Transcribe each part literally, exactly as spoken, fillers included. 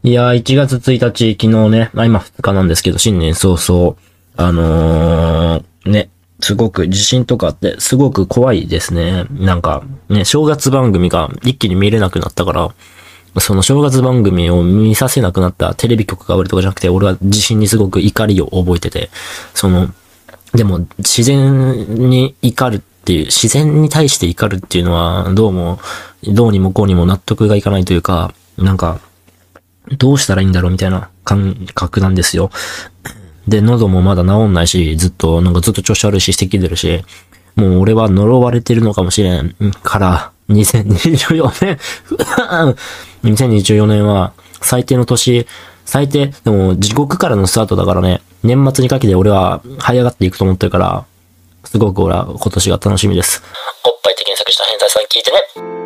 いやー、いちがつついたち、昨日ね、まあ今ふつかなんですけど、新年早々、あのー、ね、すごく地震とかあって、すごく怖いですね。なんか、ね、正月番組が一気に見れなくなったから、その正月番組を見させなくなったテレビ局が悪いとかじゃなくて、俺は地震にすごく怒りを覚えてて、その、でも自然に怒るっていう、自然に対して怒るっていうのは、どうも、どうにもこうにも納得がいかないというか、なんか、どうしたらいいんだろうみたいな感覚なんですよ。で、喉もまだ治んないし、ずっと、なんかずっと調子悪いし、咳出るし、もう俺は呪われてるのかもしれんから、にせんにじゅうよねん、にせんにじゅうよねんは最低の年、最低、でも地獄からのスタートだからね、年末にかけて俺は這い上がっていくと思ってるから、すごく俺は今年が楽しみです。おっぱいって検索した変態さん聞いてね。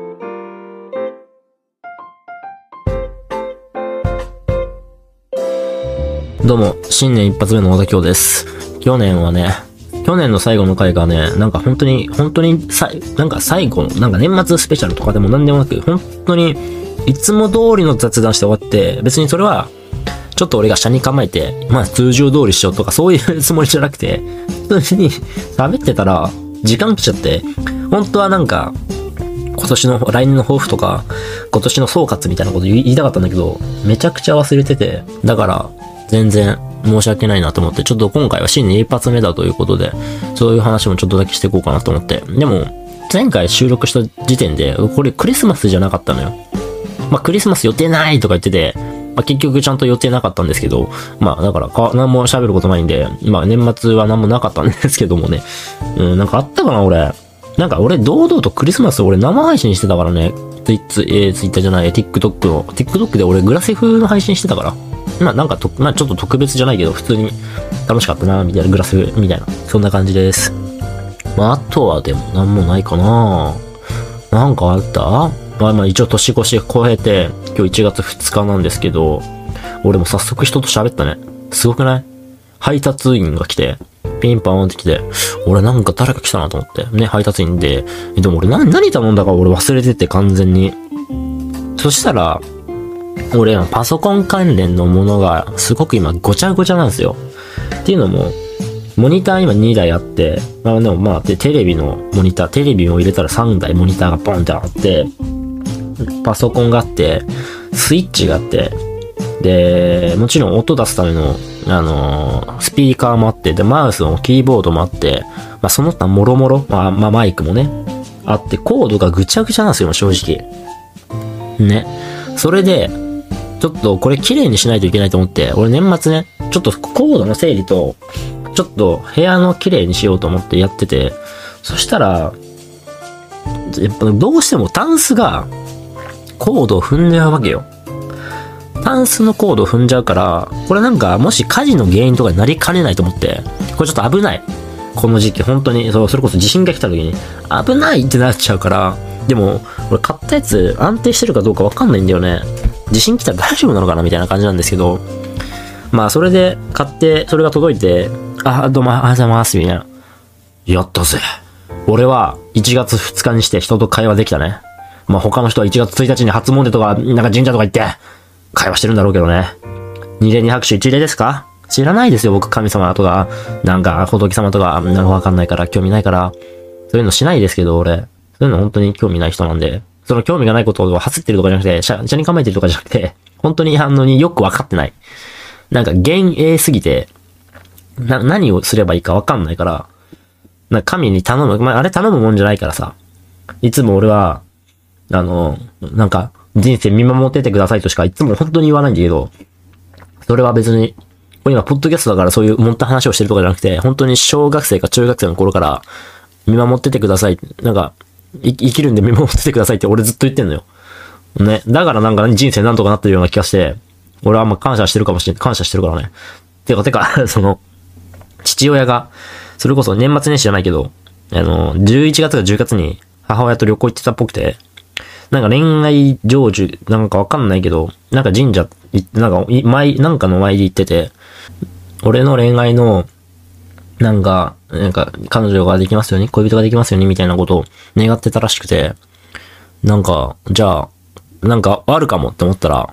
どうも、新年一発目の小田京です。去年はね、去年の最後の回がね、なんか本当に、本当にさ、なんか最後の、なんか年末スペシャルとかでも何でもなく、本当に、いつも通りの雑談して終わって、別にそれは、ちょっと俺が車に構えて、まあ通常通りしようとかそういうつもりじゃなくて、普通に喋ってたら、時間来ちゃって、本当はなんか、今年の、来年の抱負とか、今年の総括みたいなこと言いたかったんだけど、めちゃくちゃ忘れてて、だから、全然申し訳ないなと思って、ちょっと今回は新年一発目だということで、そういう話もちょっとだけしていこうかなと思って。でも、前回収録した時点で、これクリスマスじゃなかったのよ。まあ、クリスマス予定ないとか言ってて、まあ、結局ちゃんと予定なかったんですけど、まあ、だからか、何も喋ることないんで、まあ、年末は何もなかったんですけどもね。うん、なんかあったかな、俺。なんか俺、堂々とクリスマス俺生配信してたからね。ツイッツ、えー、ツイッターじゃない、TikTok の。TikTok で俺グラセフの配信してたから。まあなんかと、まあちょっと特別じゃないけど、普通に楽しかったな、みたいな、グラスみたいな。そんな感じです。まああとはでもなんもないかな。なんかあったまあまあ一応年越し超えて、今日いちがつふつかなんですけど、俺も早速人と喋ったね。すごくない？配達員が来て、ピンポーンって来て、俺なんか誰か来たなと思って。ね、配達員で、でも俺何、何頼んだか俺忘れてて完全に。そしたら、俺はパソコン関連のものがすごく今ごちゃごちゃなんですよ。っていうのも、モニター今にだいあって、まあでもまあ、で、テレビのモニター、テレビを入れたらさんだいモニターがポンってあって、パソコンがあって、スイッチがあって、で、もちろん音出すための、あのー、スピーカーもあって、で、マウスもキーボードもあって、まあその他もろもろ、まあ、まあマイクもね、あって、コードがぐちゃぐちゃなんですよ、正直。ね。それで、ちょっとこれ綺麗にしないといけないと思って、俺年末ね、ちょっとコードの整理と、ちょっと部屋の綺麗にしようと思ってやってて、そしたら、やっぱどうしてもタンスがコードを踏んじゃうわけよ。タンスのコードを踏んじゃうから、これなんかもし火事の原因とかになりかねないと思って、これちょっと危ない。この時期本当に、そう、それこそ地震が来た時に危ないってなっちゃうから、でも、俺買ったやつ安定してるかどうかわかんないんだよね。地震来たら大丈夫なのかなみたいな感じなんですけど、まあそれで買って、それが届いて、あ、どうも、ありがとうございます、みたいな。やったぜ。俺はいちがつふつかにして人と会話できたね。まあ他の人はいちがつついたちに初詣とか、なんか神社とか行って、会話してるんだろうけどね。二礼二拍手一礼ですか？知らないですよ、僕神様とか、なんか仏様とか、なんかわかんないから、興味ないから、そういうのしないですけど、俺。そういうの本当に興味ない人なんで。その興味がないことを走ってるとかじゃなくて、車、車に構えてるとかじゃなくて、本当にあのによくわかってない。なんか幻影すぎて、な、何をすればいいかわかんないから、なんか神に頼む、まあ、あれ頼むもんじゃないからさ、いつも俺は、あの、なんか、人生見守っててくださいとしかいつも本当に言わないんだけど、それは別に、これ今、ポッドキャストだからそういう持った話をしてるとかじゃなくて、本当に小学生か中学生の頃から、見守っててください。なんか、生きるんで見守っててくださいって俺ずっと言ってんのよ。ね。だからなんか人生なんとかなってるような気がして、俺はあんま感謝してるかもしれない。感謝してるからね。てか、てか、その、父親が、それこそ年末年始じゃないけど、あの、じゅういちがつかじゅうがつに母親と旅行行ってたっぽくて、なんか恋愛成就、なんかわかんないけど、なんか神社行って、なんか、前、なんかの前で行ってて、俺の恋愛の、なんか、なんか、彼女ができますように、恋人ができますように、みたいなことを願ってたらしくて、なんか、じゃあ、なんか、あるかもって思ったら、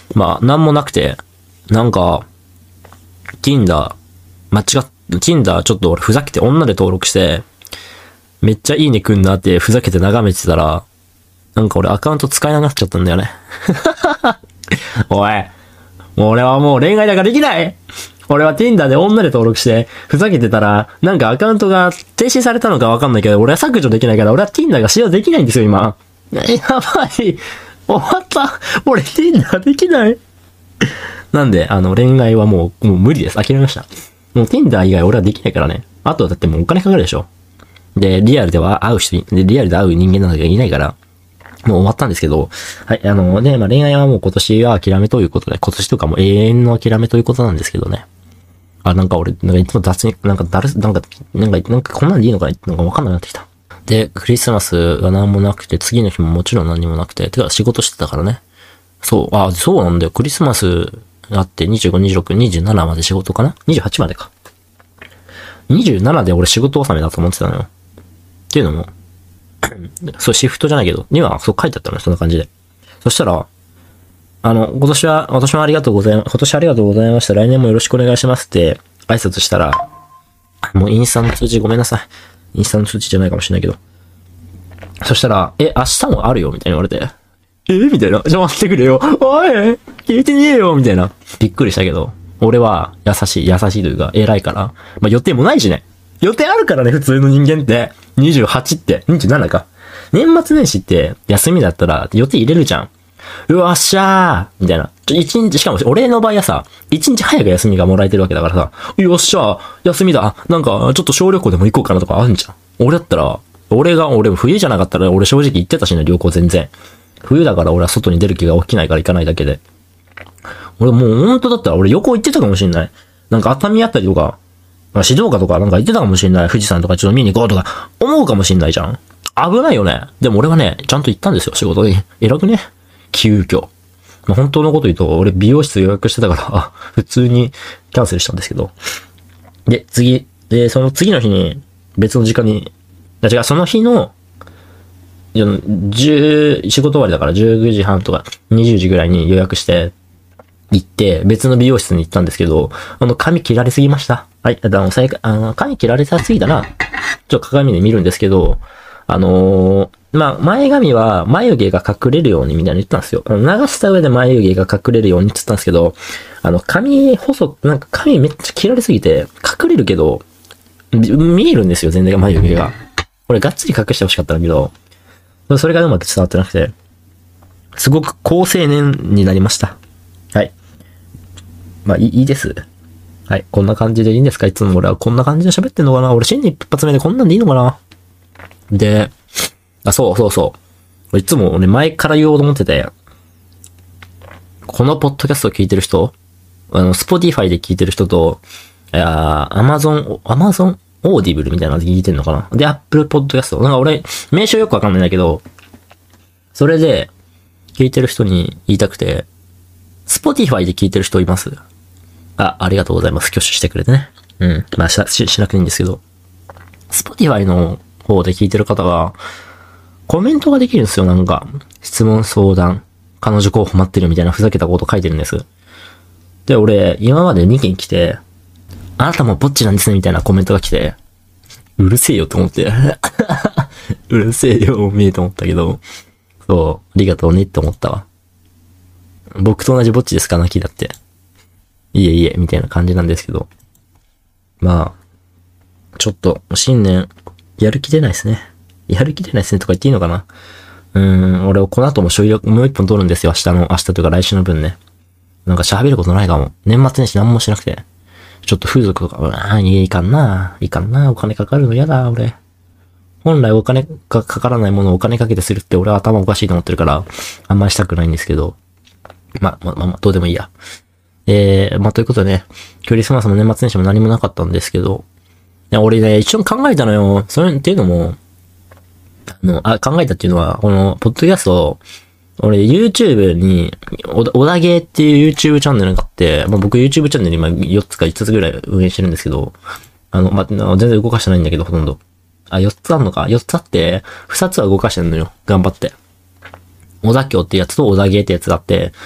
まあ、なんもなくて、なんか、Tinder、間違っ、Tinder ちょっと俺ふざけて女で登録して、めっちゃいいねくんなってふざけて眺めてたら、なんか俺アカウント使えなくなっちゃったんだよね。おい、俺はもう恋愛なんかできない。俺は Tinder で女で登録して、ふざけてたら、なんかアカウントが停止されたのかわかんないけど、俺は削除できないから、俺は Tinder が使用できないんですよ、今。やばい。終わった。俺 Tinder できない。なんで、あの、恋愛はもう、もう無理です。諦めました。もう Tinder 以外俺はできないからね。あとはだってもうお金かかるでしょ。で、リアルでは会う人、で、リアルで会う人間なんかいないから、もう終わったんですけど、はい、あのね、まあ、恋愛はもう今年は諦めということで、今年とかも永遠の諦めということなんですけどね。あ、なんか俺、なんかいつも雑に、なんかだる、なんか、なんか、なんかこんなんでいいのかななんかわかんなくなってきた。で、クリスマスが何もなくて、次の日ももちろん何もなくて、てか仕事してたからね。そう、あ、そうなんだよ。クリスマスあってにじゅうご、にじゅうろく、にじゅうななまで仕事かな ?にじゅうはち までか。にじゅうななで俺仕事納めだと思ってたのよ。っていうのも、そう、シフトじゃないけど、にはそう書いてあったのよ、そんな感じで。そしたら、あの、今年は、私もありがとうございま、今年ありがとうございました。来年もよろしくお願いしますって、挨拶したら、もうインスタの通知ごめんなさい。インスタの通知じゃないかもしれないけど。そしたら、え、明日もあるよみたいに言われて。えみたいな。ちょ、待ってくれよ。おい聞いてねえよみたいな。びっくりしたけど、俺は優しい、優しいというか、偉いから。まあ、予定もないしね。予定あるからね、普通の人間って。にじゅうはちって、にじゅうななか。年末年始って休みだったら予定入れるじゃん。うわっしゃーみたいな。ちょ、一日、しかも俺の場合はさ、一日早く休みがもらえてるわけだからさ、よっしゃー休みだなんか、ちょっと小旅行でも行こうかなとかあるんじゃん。俺だったら、俺が、俺冬じゃなかったら俺正直行ってたしね、旅行全然。冬だから俺は外に出る気が起きないから行かないだけで。俺もう本当だったら俺旅行行ってたかもしんない。なんか熱海あったりとか、静岡とかなんか行ってたかもしんない。富士山とかちょっと見に行こうとか思うかもしんないじゃん。危ないよね。でも俺はね、ちゃんと行ったんですよ、仕事に。偉くね急遽。まあ、本当のこと言うと、俺美容室予約してたから、普通にキャンセルしたんですけど。で、次、で、その次の日に別の時間に、違う、その日の、じゅう、仕事終わりだからじゅうくじはんとかにじゅうじぐらいに予約して行って別の美容室に行ったんですけど、あの髪切られすぎました。はい、あの、あの髪切られたすぎたら、ちょっと鏡で見るんですけど、あのー、まあ、前髪は眉毛が隠れるようにみたいな言ったんですよ。流した上で眉毛が隠れるようにって言ったんですけど、あの、髪細く、なんか髪めっちゃ切られすぎて、隠れるけど、見えるんですよ、全然眉毛が。これがっつり隠してほしかったんだけど、それがうまく伝わってなくて、すごく高青年になりました。はい。まあ、いい、いいです。はい。こんな感じでいいんですか？いつも俺はこんな感じで喋ってんのかな？俺新年一発目でこんなんでいいのかな？で、あ、そうそうそう。いつも俺前から言おうと思ってて、このポッドキャストを聞いてる人、あの、スポティファイで聞いてる人と、いやアマゾン、アマゾンオーディブルみたいなので聞いてんのかな？で、アップルポッドキャスト。なんか俺、名称よくわかんないんだけど、それで、聞いてる人に言いたくて、スポティファイで聞いてる人います？あ、ありがとうございます。挙手してくれてね。うん。まあ、し、し、しなくていいんですけど。スポティファイの方で聞いてる方が、コメントができるんですよ、なんか。質問相談。彼女候補待ってるみたいなふざけたこと書いてるんです。で、俺、今までにけん来て、あなたもぼっちなんですね、みたいなコメントが来て、うるせえよと思って。うるせえよ、おめえと思ったけど、そう、ありがとうねって思ったわ。僕と同じぼっちですか、なきだって。いえいえ、みたいな感じなんですけど。まあ、ちょっと、新年、やる気出ないですね。やる気出ないですねとか言っていいのかな？うーん、俺、この後も書類もう一本取るんですよ、明日の、明日というか来週の分ね。なんか喋ることないかも。年末年始何もしなくて。ちょっと風俗とか、ああ、いいかんな。いいかんな。お金かかるの嫌だ、俺。本来お金がかからないものをお金かけてするって俺は頭おかしいと思ってるから、あんまりしたくないんですけど。ま、ま、ま、ま、どうでもいいや。えー、まあ、ということでね、クリスマスも年末年始も何もなかったんですけど、俺ね、一緒に考えたのよ。それっていうのも、あの、あ、考えたっていうのは、この、ポッドキャスト、俺 YouTube に、おだ、おだげーっていう YouTube チャンネルがあって、まあ、僕 YouTube チャンネル今よっつかいつつぐらい運営してるんですけど、あの、まあ、全然動かしてないんだけど、ほとんど。あ、よっつあんのか ?よっ つあって、ふたつは動かしてんのよ。頑張って。おだきょうってやつとおだげーってやつがあって、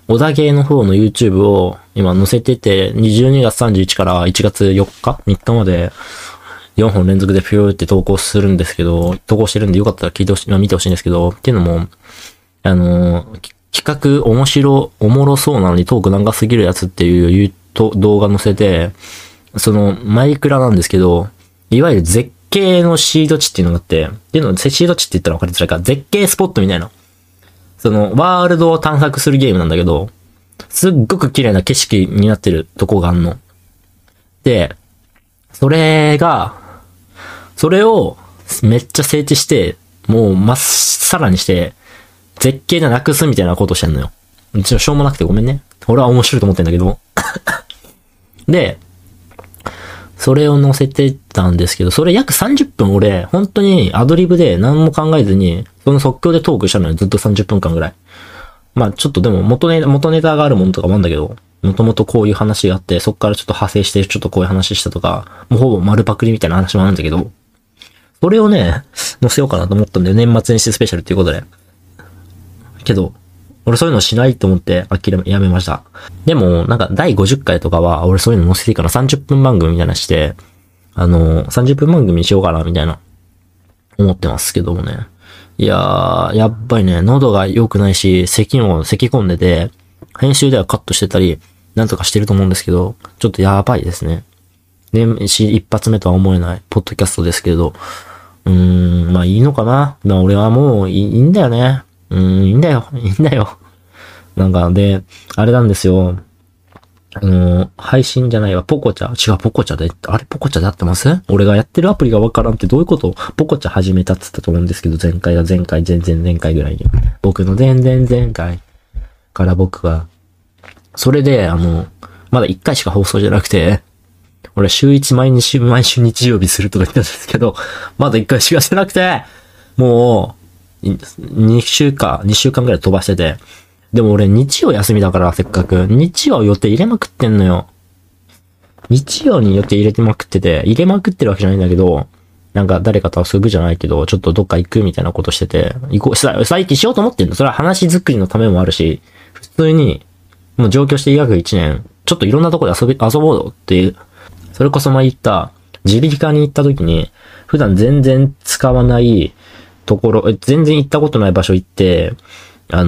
小田芸の方の YouTube を今載せてて、じゅうにがつさんじゅういちからいちがつよっか ?みっかまでよんほん連続でピューって投稿するんですけど、投稿してるんでよかったら聞いてほしい、見てほしいんですけど、っていうのも、あのー、企画面白、おもろそうなのにトーク長すぎるやつっていう動画載せて、そのマイクラなんですけど、いわゆる絶景のシード地っていうのがあって、っていうのをシード地って言ったら分かりづらいか、絶景スポットみたいな。そのワールドを探索するゲームなんだけど、すっごく綺麗な景色になってるとこがあんの。で、それが、それをめっちゃ整地して、もうまっさらにして、絶景でなくすみたいなことしてんのよ。うちのしょうもなくてごめんね。俺は面白いと思ってんだけど。で、それを載せてたんですけど、それ約さんじゅっぷん俺、本当にアドリブで何も考えずに、その即興でトークしたのよ。ずっとさんじゅっぷんかんぐらい。まあちょっとでも元ネタ、元ネタがあるものとかもあるんだけど、もともとこういう話があって、そっからちょっと派生してちょっとこういう話したとか、もうほぼ丸パクリみたいな話もあるんだけど、それをね、載せようかなと思ったんだよ。年末年始スペシャルっていうことで。けど、俺そういうのしないと思って諦め、やめました。でも、なんかだいごじゅっかいとかは、俺そういうの載せていいからさんじゅっぷん番組みたいなして、あの、さんじゅっぷん番組にしようかな、みたいな、思ってますけどもね。いやー、やっぱりね、喉が良くないし、咳も咳込んでて、編集ではカットしてたり、なんとかしてると思うんですけど、ちょっとやばいですね。年始一発目とは思えない、ポッドキャストですけど、うーん、まあいいのかな。まあ俺はもういい、いいんだよね。うーん、いいんだよ。いいんだよ。なんか、で、あれなんですよ。あの、配信じゃないわ。ポコチャ。違う、ポコチャで。あれ、ポコチャで合ってます？俺がやってるアプリがわからんってどういうこと？ポコチャ始めたって言ったと思うんですけど、前回が前回、前々前回ぐらいに。僕の前々前回から僕は。それで、あの、まだいっかいしか放送じゃなくて、俺週いち毎日、毎週日曜日するとか言ったんですけど、まだいっかいしかしてなくて、もう、にしゅうかん、にしゅうかんぐらい飛ばしてて、でも俺日曜休みだからせっかく、日曜予定入れまくってんのよ。日曜に予定入れてまくってて、入れまくってるわけじゃないんだけど、なんか誰かと遊ぶじゃないけど、ちょっとどっか行くみたいなことしてて、行こう、最近しようと思ってんの。それは話作りのためもあるし、普通に、もう上京して医学いちねん、ちょっといろんなとこで遊び、遊ぼうっていう、それこそ前言った、耳鼻科に行った時に、普段全然使わないところ、全然行ったことない場所行って、あ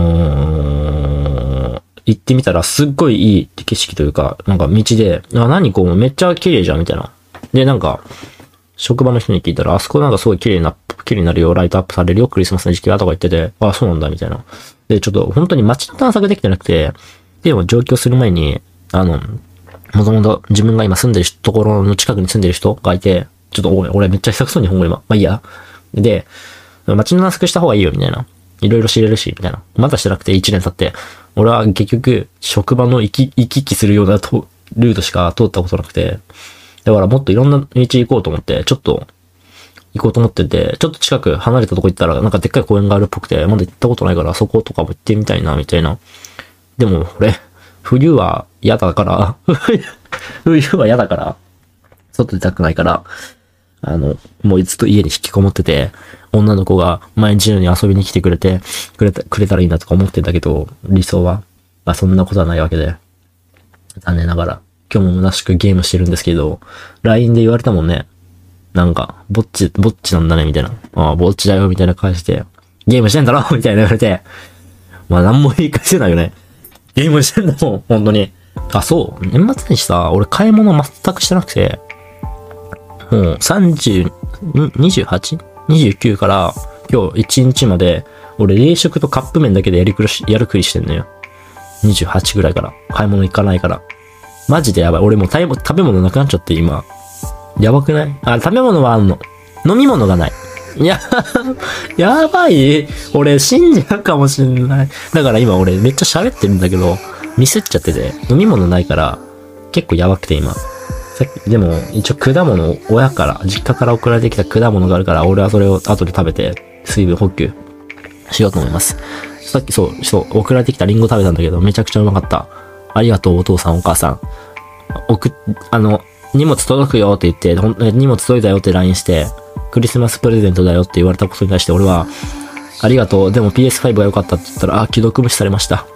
のー、行ってみたらすっごいいい景色というか、なんか道で、あ、何こうめっちゃ綺麗じゃんみたいな。で、なんか、職場の人に聞いたら、あそこなんかすごい綺麗な、綺麗になるよ、ライトアップされるよ、クリスマスの時期はとか言ってて、あ、そうなんだ、みたいな。で、ちょっと本当に街の探索できてなくて、でも上京する前に、あの、もともと自分が今住んでるところの近くに住んでる人がいて、ちょっと俺、俺めっちゃ久々に本語今。まあいいや。で、街の探索した方がいいよ、みたいな。いろいろ知れるし、みたいな。まだしてなくていちねん経って、俺は結局、職場の行き、行き来するようなとルートしか通ったことなくて、だからもっといろんな道行こうと思って、ちょっと、行こうと思ってて、ちょっと近く離れたとこ行ったら、なんかでっかい公園があるっぽくて、まだ行ったことないから、そことかも行ってみたいな、みたいな。でも、俺、冬は嫌だから、冬は嫌だから、外出たくないから、あの、もうずっと家に引きこもってて、女の子が毎日のように遊びに来てくれて、くれた、くれたらいいなとか思ってんだけど、理想は、まあそんなことはないわけで、残念ながら、今日も虚しくゲームしてるんですけど、ライン で言われたもんね。なんか、ぼっち、ぼっちなんだね、みたいな。ああ、ぼっちだよ、みたいな返して、ゲームしてんだろみたいな言われて、まあ何も言い返せないよね。ゲームしてんだもん、本当に。あ、そう。年末にさ、俺買い物全くしてなくて、もうさんじゅう、にじゅうはち?にじゅうきゅう から今日いちにちまで、俺冷食とカップ麺だけでやりくりし、やるくりしてんのよ。にじゅうはちぐらいから。買い物行かないから。マジでやばい。俺もう食べ物なくなっちゃって今。やばくない？あ、食べ物はあんの。飲み物がない。いや、やばい。俺死んじゃうかもしんない。だから今俺めっちゃ喋ってるんだけど、ミスっちゃってて、飲み物ないから、結構やばくて今。さっき、でも一応果物を親から、実家から送られてきた果物があるから、俺はそれを後で食べて、水分補給しようと思います。さっきそう、そう、送られてきたリンゴ食べたんだけど、めちゃくちゃうまかった。ありがとうお父さんお母さん。送っ、あの、荷物届くよって言って、ほん、荷物届いたよって ライン して、クリスマスプレゼントだよって言われたことに対して俺は、ありがとう、でも ピーエスファイブ が良かったって言ったら、あ、既読無視されました。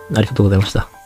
ありがとうございました。